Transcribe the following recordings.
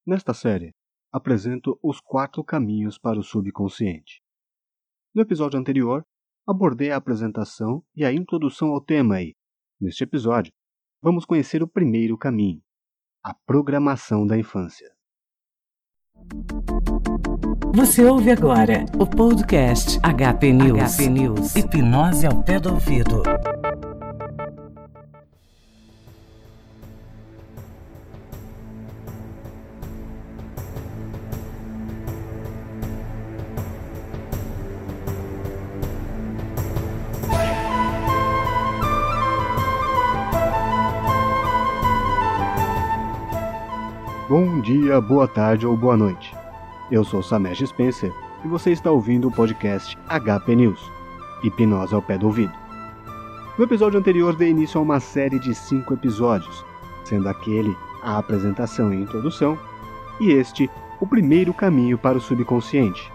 Nesta série, apresento os 4 caminhos para o subconsciente. No episódio anterior, abordei a apresentação e a introdução ao tema e, neste episódio, vamos conhecer o primeiro caminho, a programação da infância. Você ouve agora o podcast HP News. Hipnose ao pé do ouvido. Bom dia, boa tarde ou boa noite. Eu sou Samesh Spencer e você está ouvindo o podcast HP News, Hipnose ao pé do ouvido. No episódio anterior dei início a uma série de 5 episódios, sendo aquele a apresentação e introdução, e este o primeiro caminho para o subconsciente.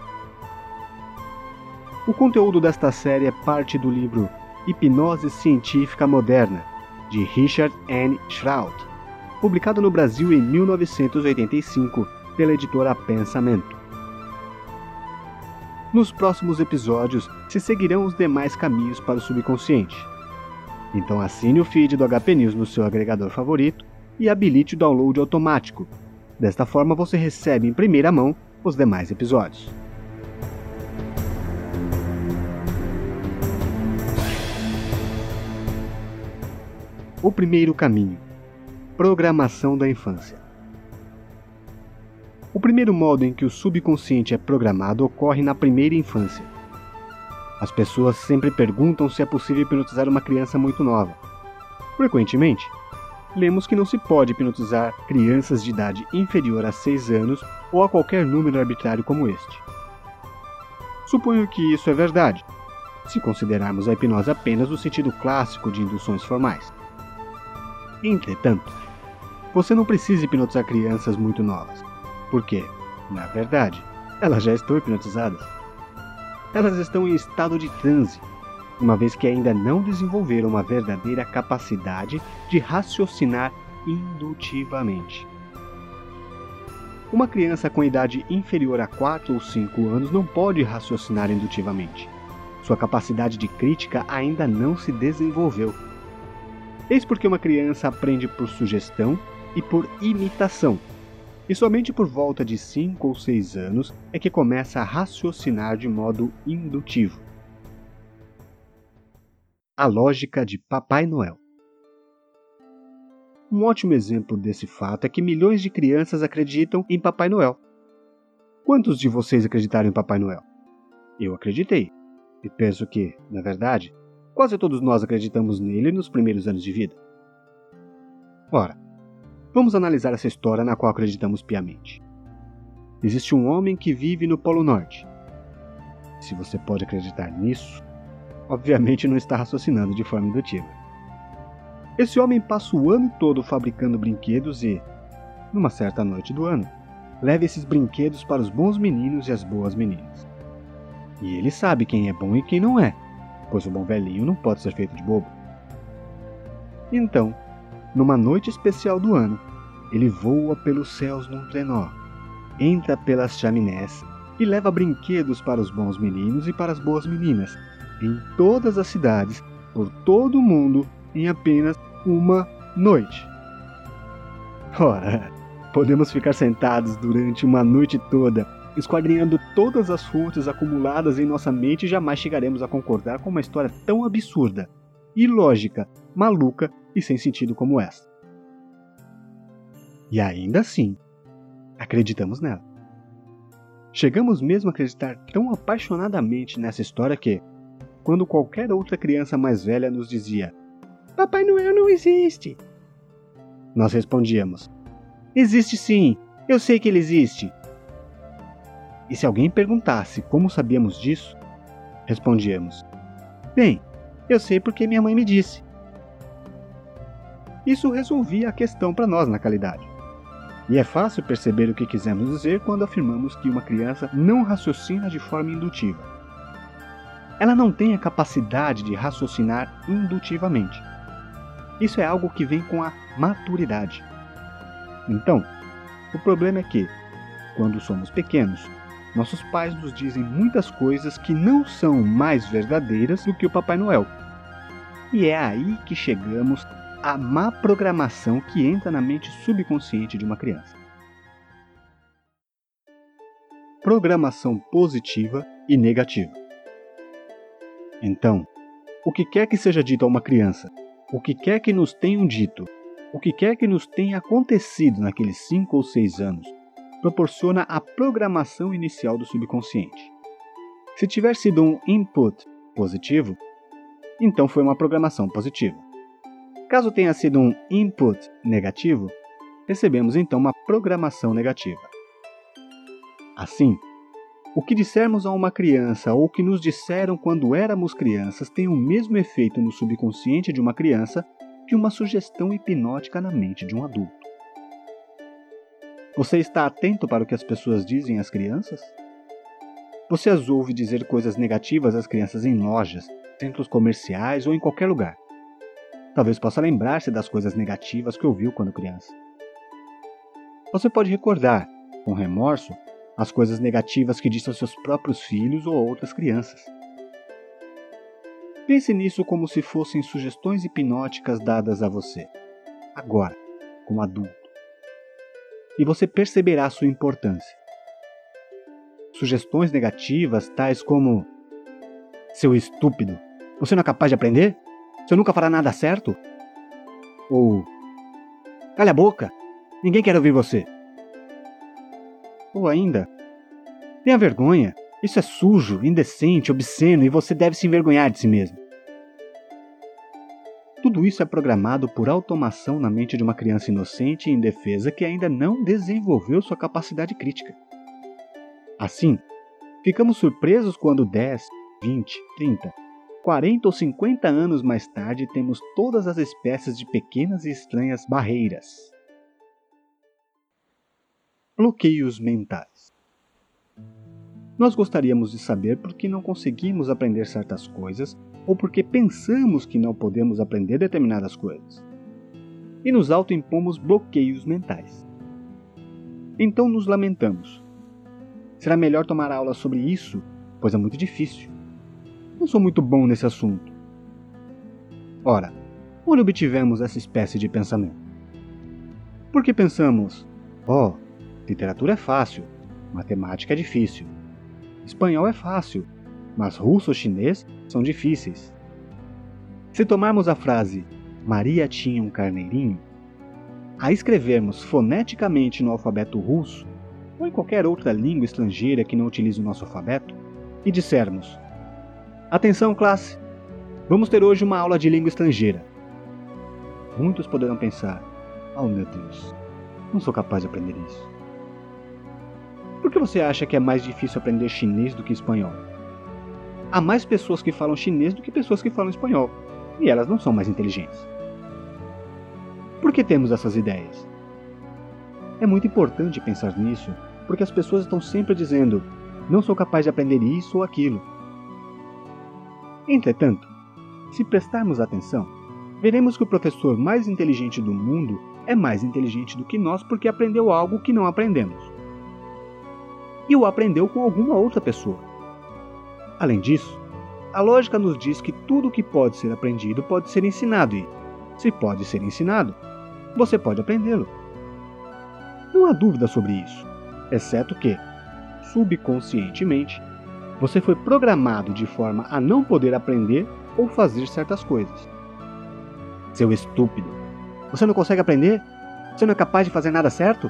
O conteúdo desta série é parte do livro Hipnose Científica Moderna, de Richard N. Shrout, publicado no Brasil em 1985 pela editora Pensamento. Nos próximos episódios se seguirão os demais caminhos para o subconsciente. Então assine o feed do HP News no seu agregador favorito e habilite o download automático. Desta forma você recebe em primeira mão os demais episódios. O primeiro caminho: programação da infância. O primeiro modo em que o subconsciente é programado ocorre na primeira infância. As pessoas sempre perguntam se é possível hipnotizar uma criança muito nova. Frequentemente, lemos que não se pode hipnotizar crianças de idade inferior a 6 anos ou a qualquer número arbitrário como este. Suponho que isso é verdade, se considerarmos a hipnose apenas no sentido clássico de induções formais. Entretanto, você não precisa hipnotizar crianças muito novas, porque, na verdade, elas já estão hipnotizadas. Elas estão em estado de transe, uma vez que ainda não desenvolveram uma verdadeira capacidade de raciocinar indutivamente. Uma criança com idade inferior a 4 ou 5 anos não pode raciocinar indutivamente. Sua capacidade de crítica ainda não se desenvolveu. Eis porque uma criança aprende por sugestão e por imitação, e somente por volta de 5 ou 6 anos é que começa a raciocinar de modo indutivo. A lógica de Papai Noel. Um ótimo exemplo desse fato é que milhões de crianças acreditam em Papai Noel. Quantos de vocês acreditaram em Papai Noel? Eu acreditei, e penso que, na verdade, quase todos nós acreditamos nele nos primeiros anos de vida. Ora, vamos analisar essa história na qual acreditamos piamente. Existe um homem que vive no Polo Norte. Se você pode acreditar nisso, obviamente não está raciocinando de forma indutiva. Esse homem passa o ano todo fabricando brinquedos e, numa certa noite do ano, leva esses brinquedos para os bons meninos e as boas meninas. E ele sabe quem é bom e quem não é, pois o bom velhinho não pode ser feito de bobo. Então, numa noite especial do ano, ele voa pelos céus num trenó, entra pelas chaminés e leva brinquedos para os bons meninos e para as boas meninas, em todas as cidades, por todo o mundo, em apenas uma noite. Ora, podemos ficar sentados durante uma noite toda, esquadrinhando todas as fontes acumuladas em nossa mente e jamais chegaremos a concordar com uma história tão absurda, ilógica, maluca e sem sentido como essa. E ainda assim, acreditamos nela. Chegamos mesmo a acreditar tão apaixonadamente nessa história que, quando qualquer outra criança mais velha nos dizia "Papai Noel não existe", nós respondíamos "Existe sim, eu sei que ele existe". E se alguém perguntasse como sabíamos disso, respondíamos: "Bem, eu sei porque minha mãe me disse". Isso resolvia a questão para nós na realidade. E é fácil perceber o que quisemos dizer quando afirmamos que uma criança não raciocina de forma indutiva. Ela não tem a capacidade de raciocinar indutivamente. Isso é algo que vem com a maturidade. Então, O problema é que, quando somos pequenos, nossos pais nos dizem muitas coisas que não são mais verdadeiras do que o Papai Noel. E é aí que chegamos à má programação que entra na mente subconsciente de uma criança. Programação positiva e negativa. Então, o que quer que seja dito a uma criança, o que quer que nos tenham dito, o que quer que nos tenha acontecido naqueles 5 ou 6 anos, proporciona a programação inicial do subconsciente. Se tiver sido um input positivo, então foi uma programação positiva. Caso tenha sido um input negativo, recebemos então uma programação negativa. Assim, o que dissermos a uma criança ou o que nos disseram quando éramos crianças tem o mesmo efeito no subconsciente de uma criança que uma sugestão hipnótica na mente de um adulto. Você está atento para o que as pessoas dizem às crianças? Você as ouve dizer coisas negativas às crianças em lojas, centros comerciais ou em qualquer lugar. Talvez possa lembrar-se das coisas negativas que ouviu quando criança. Você pode recordar, com remorso, as coisas negativas que disse aos seus próprios filhos ou a outras crianças. Pense nisso como se fossem sugestões hipnóticas dadas a você, agora, como adulto. E você perceberá sua importância. Sugestões negativas tais como: seu estúpido, você não é capaz de aprender? Você nunca fará nada certo? Ou: cala a boca, ninguém quer ouvir você. Ou ainda: tenha vergonha, isso é sujo, indecente, obsceno e você deve se envergonhar de si mesmo. Tudo isso é programado por automação na mente de uma criança inocente e indefesa que ainda não desenvolveu sua capacidade crítica. Assim, ficamos surpresos quando 10, 20, 30, 40 ou 50 anos mais tarde temos todas as espécies de pequenas e estranhas barreiras. Bloqueios mentais. Nós gostaríamos de saber por que não conseguimos aprender certas coisas ou porque pensamos que não podemos aprender determinadas coisas. E nos autoimpomos bloqueios mentais. Então nos lamentamos. Será melhor tomar aula sobre isso, pois é muito difícil. Não sou muito bom nesse assunto. Ora, onde obtivemos essa espécie de pensamento? Porque pensamos: literatura é fácil, matemática é difícil. Espanhol é fácil, mas russo ou chinês são difíceis. Se tomarmos a frase Maria tinha um carneirinho, a escrevermos foneticamente no alfabeto russo ou em qualquer outra língua estrangeira que não utilize o nosso alfabeto, e dissermos: atenção, classe! Vamos ter hoje uma aula de língua estrangeira. Muitos poderão pensar: oh meu Deus, não sou capaz de aprender isso. Por que você acha que é mais difícil aprender chinês do que espanhol? Há mais pessoas que falam chinês do que pessoas que falam espanhol, e elas não são mais inteligentes. Por que temos essas ideias? É muito importante pensar nisso, porque as pessoas estão sempre dizendo: não sou capaz de aprender isso ou aquilo. Entretanto, se prestarmos atenção, veremos que o professor mais inteligente do mundo é mais inteligente do que nós porque aprendeu algo que não aprendemos. E o aprendeu com alguma outra pessoa. Além disso, a lógica nos diz que tudo que pode ser aprendido pode ser ensinado e, se pode ser ensinado, você pode aprendê-lo. Não há dúvida sobre isso, exceto que, subconscientemente, você foi programado de forma a não poder aprender ou fazer certas coisas. Seu estúpido, você não consegue aprender? Você não é capaz de fazer nada certo?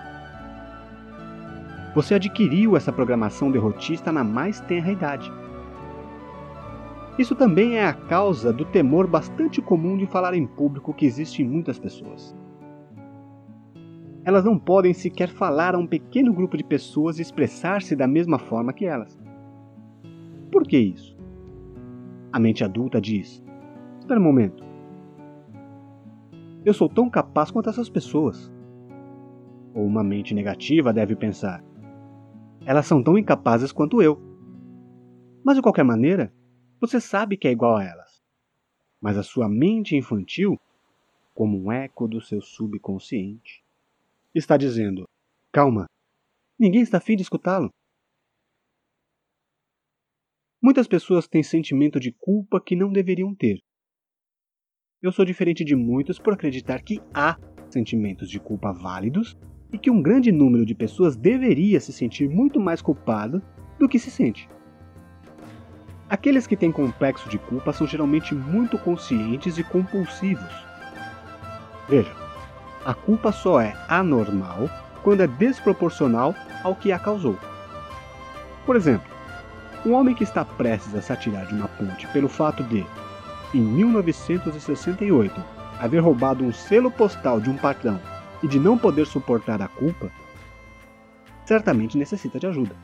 Você adquiriu essa programação derrotista na mais tenra idade. Isso também é a causa do temor bastante comum de falar em público que existe em muitas pessoas. Elas não podem sequer falar a um pequeno grupo de pessoas e expressar-se da mesma forma que elas. Por que isso? A mente adulta diz: espera um momento. Eu sou tão capaz quanto essas pessoas. Ou uma mente negativa deve pensar: elas são tão incapazes quanto eu. Mas de qualquer maneira, você sabe que é igual a elas. Mas a sua mente infantil, como um eco do seu subconsciente, está dizendo: Calma. Ninguém está afim de escutá-lo. Muitas pessoas têm sentimento de culpa que não deveriam ter. Eu sou diferente de muitos por acreditar que há sentimentos de culpa válidos e que um grande número de pessoas deveria se sentir muito mais culpado do que se sente. Aqueles que têm complexo de culpa são geralmente muito conscientes e compulsivos. Veja, a culpa só é anormal quando é desproporcional ao que a causou. Por exemplo, um homem que está prestes a se atirar de uma ponte pelo fato de, em 1968, haver roubado um selo postal de um patrão e de não poder suportar a culpa, certamente necessita de ajuda.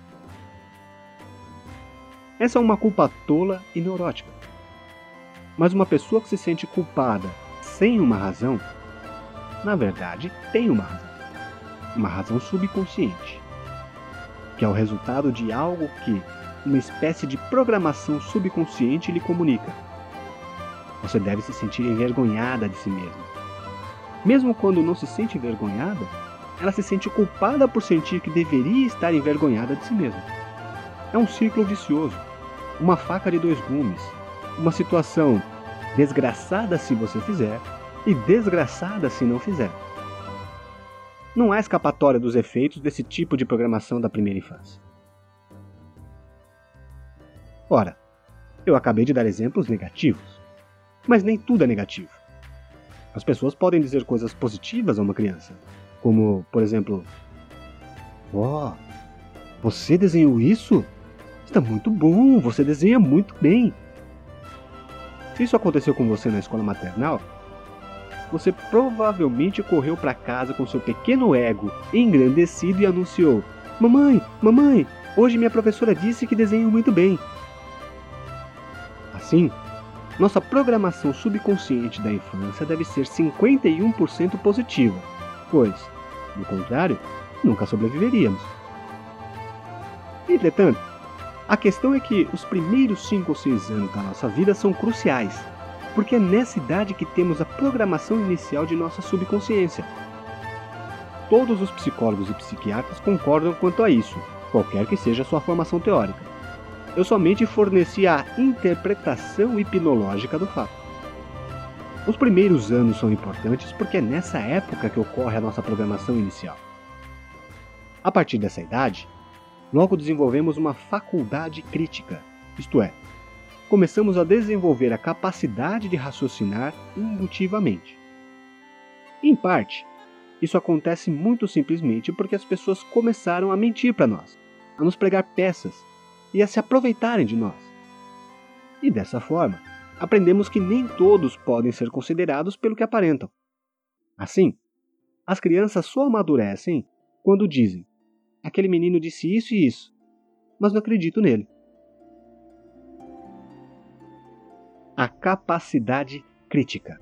Essa é uma culpa tola e neurótica. Mas uma pessoa que se sente culpada sem uma razão, na verdade, tem uma razão. Uma razão subconsciente, que é o resultado de algo que uma espécie de programação subconsciente lhe comunica. Você deve se sentir envergonhada de si mesma. Mesmo quando não se sente envergonhada, ela se sente culpada por sentir que deveria estar envergonhada de si mesma. É um círculo vicioso, uma faca de dois gumes, uma situação desgraçada se você fizer e desgraçada se não fizer. Não há escapatória dos efeitos desse tipo de programação da primeira infância. Ora, eu acabei de dar exemplos negativos, mas nem tudo é negativo. As pessoas podem dizer coisas positivas a uma criança, como, por exemplo, "Oh, você desenhou isso? Está muito bom, você desenha muito bem." Se isso aconteceu com você na escola maternal, você provavelmente correu para casa com seu pequeno ego engrandecido e anunciou: "Mamãe, mamãe, hoje minha professora disse que desenho muito bem." Assim, nossa programação subconsciente da infância deve ser 51% positiva, pois, do contrário, nunca sobreviveríamos. Entretanto, a questão é que os primeiros 5 ou 6 anos da nossa vida são cruciais, porque é nessa idade que temos a programação inicial de nossa subconsciência. Todos os psicólogos e psiquiatras concordam quanto a isso, qualquer que seja a sua formação teórica. Eu somente forneci a interpretação hipnológica do fato. Os primeiros anos são importantes porque é nessa época que ocorre a nossa programação inicial. A partir dessa idade, logo desenvolvemos uma faculdade crítica, isto é, começamos a desenvolver a capacidade de raciocinar indutivamente. Em parte, isso acontece muito simplesmente porque as pessoas começaram a mentir para nós, a nos pregar peças e a se aproveitarem de nós. E dessa forma, aprendemos que nem todos podem ser considerados pelo que aparentam. Assim, as crianças só amadurecem quando dizem: "Aquele menino disse isso e isso, mas não acredito nele." A capacidade crítica.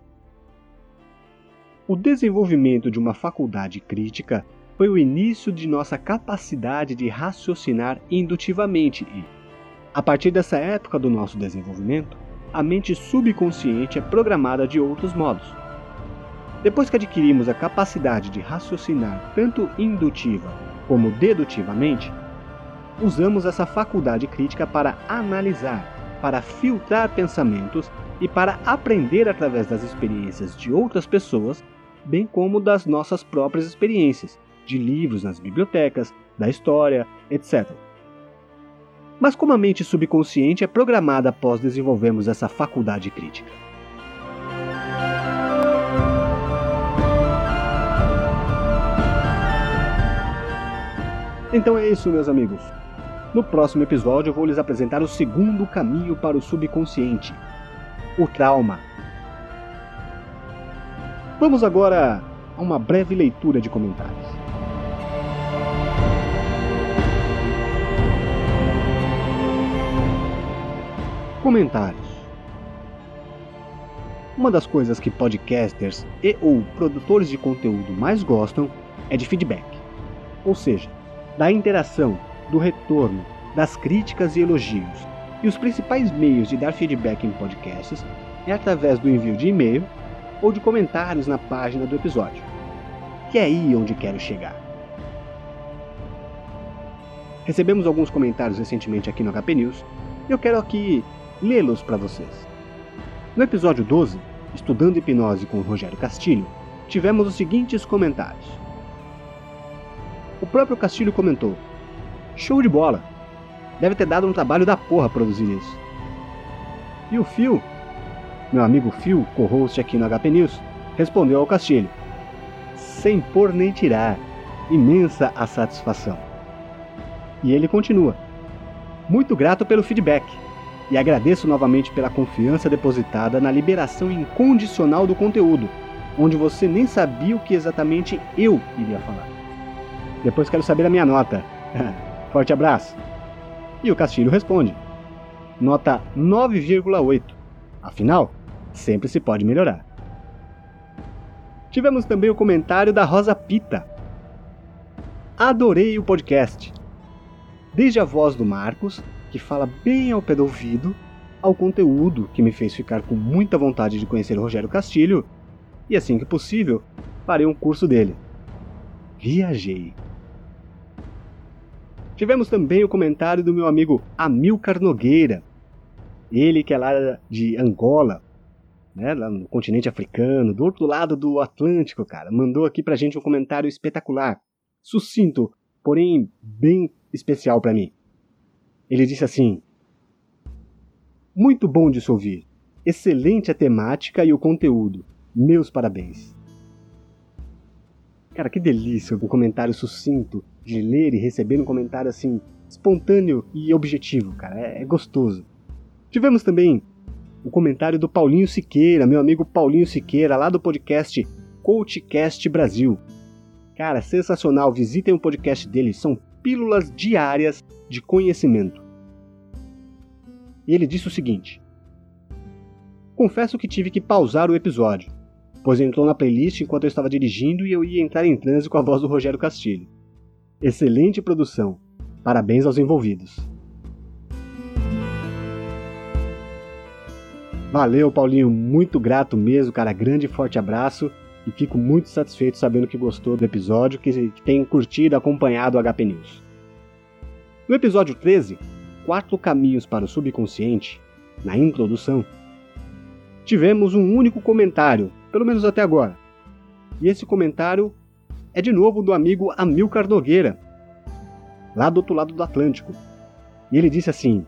O desenvolvimento de uma faculdade crítica foi o início de nossa capacidade de raciocinar indutivamente e, a partir dessa época do nosso desenvolvimento, a mente subconsciente é programada de outros modos. Depois que adquirimos a capacidade de raciocinar tanto indutiva como dedutivamente, usamos essa faculdade crítica para analisar, para filtrar pensamentos e para aprender através das experiências de outras pessoas, bem como das nossas próprias experiências, de livros nas bibliotecas, da história, etc. Mas como a mente subconsciente é programada após desenvolvermos essa faculdade crítica? Então é isso, meus amigos. No próximo episódio eu vou lhes apresentar o segundo caminho para o subconsciente: o trauma. Vamos agora a uma breve leitura de comentários. Comentários. Uma das coisas que podcasters e ou produtores de conteúdo mais gostam é de feedback, ou seja, da interação, do retorno, das críticas e elogios. E os principais meios de dar feedback em podcasts é através do envio de e-mail ou de comentários na página do episódio, que é aí onde quero chegar. Recebemos alguns comentários recentemente aqui no HP News e eu quero aqui lê-los para vocês. No episódio 12, Estudando Hipnose com o Rogério Castilho, tivemos os seguintes comentários. O próprio Castilho comentou: show de bola! Deve ter dado um trabalho da porra produzir isso. E o Phil, meu amigo Phil, co-host aqui no HP News, respondeu ao Castilho: sem pôr nem tirar, imensa a satisfação. E ele continua: muito grato pelo feedback e agradeço novamente pela confiança depositada na liberação incondicional do conteúdo, onde você nem sabia o que exatamente eu iria falar. Depois quero saber a minha nota. Forte abraço. E o Castilho responde: nota 9,8. Afinal, sempre se pode melhorar. Tivemos também o comentário da Rosa Pita. Adorei o podcast. Desde a voz do Marcos, que fala bem ao pé do ouvido, ao conteúdo que me fez ficar com muita vontade de conhecer o Rogério Castilho, e assim que possível, farei um curso dele. Viajei. Tivemos também o comentário do meu amigo Amilcar Nogueira, ele que é lá de Angola, né, lá no continente africano, do outro lado do Atlântico, cara, mandou aqui pra gente um comentário espetacular, sucinto, porém bem especial pra mim. Ele disse assim: muito bom de se ouvir, excelente a temática e o conteúdo, meus parabéns. Cara, que delícia um comentário sucinto, de ler e receber um comentário assim, espontâneo e objetivo, cara, é gostoso. Tivemos também o comentário do Paulinho Siqueira, meu amigo Paulinho Siqueira, lá do podcast CoachCast Brasil. Cara, sensacional, visitem o podcast dele, são pílulas diárias de conhecimento. E ele disse o seguinte: confesso que tive que pausar o episódio, pois entrou na playlist enquanto eu estava dirigindo e eu ia entrar em transe com a voz do Rogério Castilho. Excelente produção, parabéns aos envolvidos. Valeu, Paulinho, muito grato mesmo, cara, grande e forte abraço e fico muito satisfeito sabendo que gostou do episódio, que tem curtido e acompanhado o HP News. No episódio 13, 4 caminhos para o subconsciente, na introdução, tivemos um único comentário, pelo menos até agora. E esse comentário é de novo do amigo Amilcar Nogueira, lá do outro lado do Atlântico. E ele disse assim: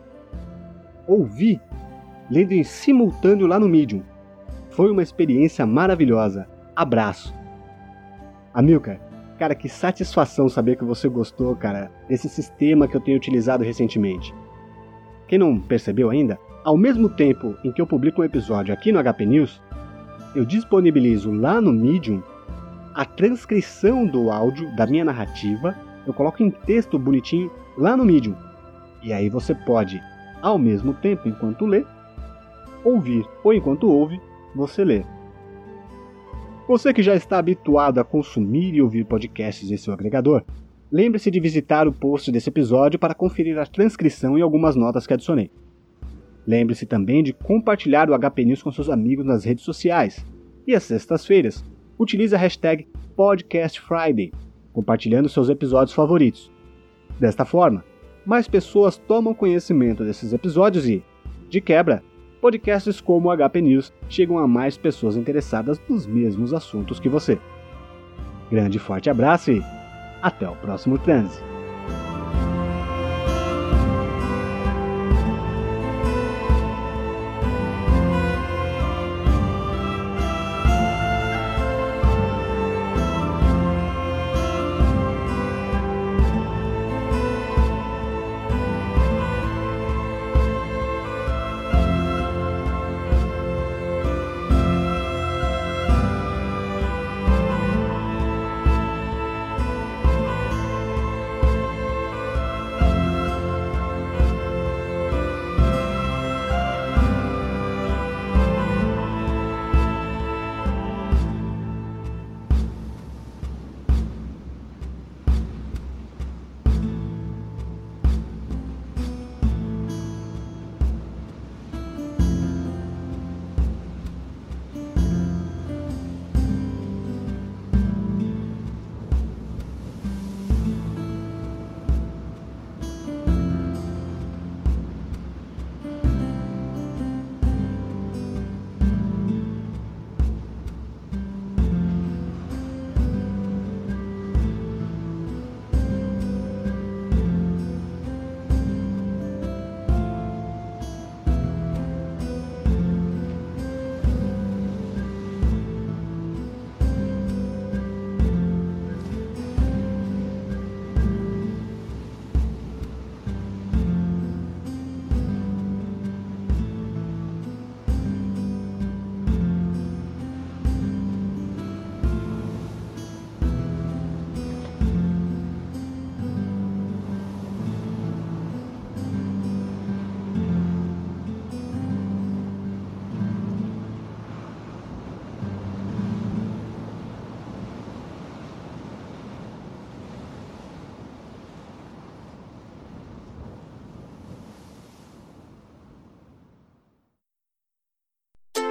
ouvi lendo em simultâneo lá no Medium. Foi uma experiência maravilhosa. Abraço. Amilcar, cara, que satisfação saber que você gostou, cara, desse sistema que eu tenho utilizado recentemente. Quem não percebeu ainda, ao mesmo tempo em que eu publico um episódio aqui no HP News, eu disponibilizo lá no Medium a transcrição do áudio da minha narrativa, eu coloco em texto bonitinho lá no Medium. E aí você pode, ao mesmo tempo, enquanto lê, ouvir, ou enquanto ouve, você lê. Você que já está habituado a consumir e ouvir podcasts em seu agregador, lembre-se de visitar o post desse episódio para conferir a transcrição e algumas notas que adicionei. Lembre-se também de compartilhar o HP News com seus amigos nas redes sociais. E às sextas-feiras, utilize a hashtag PodcastFriday, compartilhando seus episódios favoritos. Desta forma, mais pessoas tomam conhecimento desses episódios e, de quebra, podcasts como o HP News chegam a mais pessoas interessadas nos mesmos assuntos que você. Grande e forte abraço e até o próximo transe.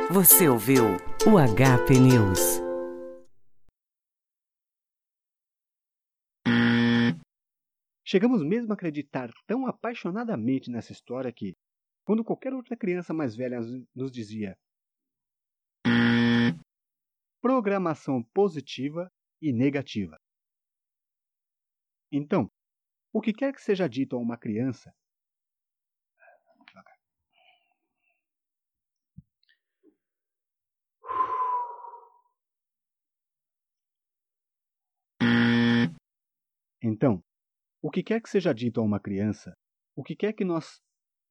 Você ouviu o HP News. Chegamos mesmo a acreditar tão apaixonadamente nessa história que, quando qualquer outra criança mais velha nos dizia programação positiva e negativa. Então, o que quer que seja dito a uma criança, então, o que quer que seja dito a uma criança, o que quer que nós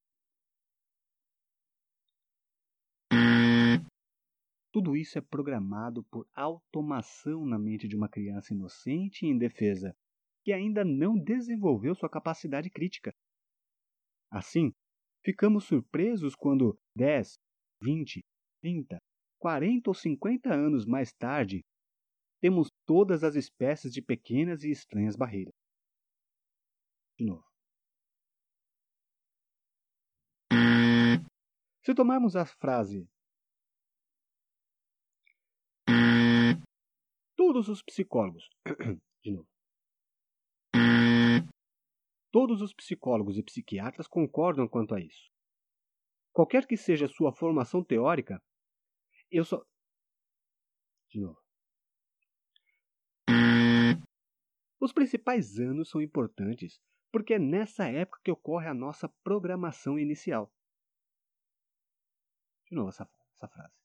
tudo isso é programado por automação na mente de uma criança inocente e indefesa, que ainda não desenvolveu sua capacidade crítica. Assim, ficamos surpresos quando 10, 20, 30, 40 ou 50 anos mais tarde, temos todas as espécies de pequenas e estranhas barreiras. De novo. Se tomarmos a frase todos os psicólogos, de novo. Todos os psicólogos e psiquiatras concordam quanto a isso. Qualquer que seja sua formação teórica, eu só... De novo. Os principais anos são importantes porque é nessa época que ocorre a nossa programação inicial. De novo essa frase.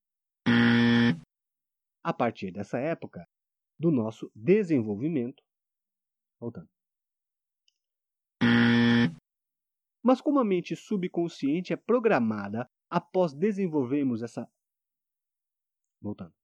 A partir dessa época, do nosso desenvolvimento... Voltando. Mas como a mente subconsciente é programada após desenvolvermos essa... Voltando.